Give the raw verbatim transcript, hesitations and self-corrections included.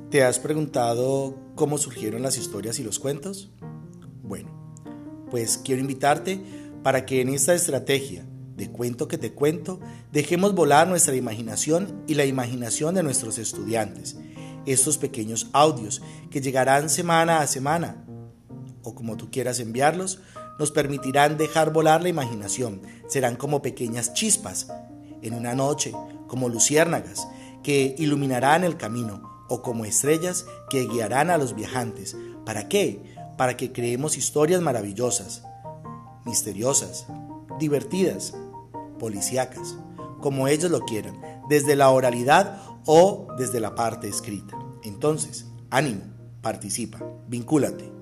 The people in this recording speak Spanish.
¿Te has preguntado cómo surgieron las historias y los cuentos? Bueno, pues quiero invitarte para que en esta estrategia de cuento que te cuento, dejemos volar nuestra imaginación y la imaginación de nuestros estudiantes. Estos pequeños audios que llegarán semana a semana, o como tú quieras enviarlos, nos permitirán dejar volar la imaginación. Serán como pequeñas chispas en una noche, como luciérnagas que iluminarán el camino, o como estrellas que guiarán a los viajantes. ¿Para qué? Para que creemos historias maravillosas, misteriosas, divertidas, policíacas, como ellos lo quieran, desde la oralidad o desde la parte escrita. Entonces, ánimo, participa, vincúlate.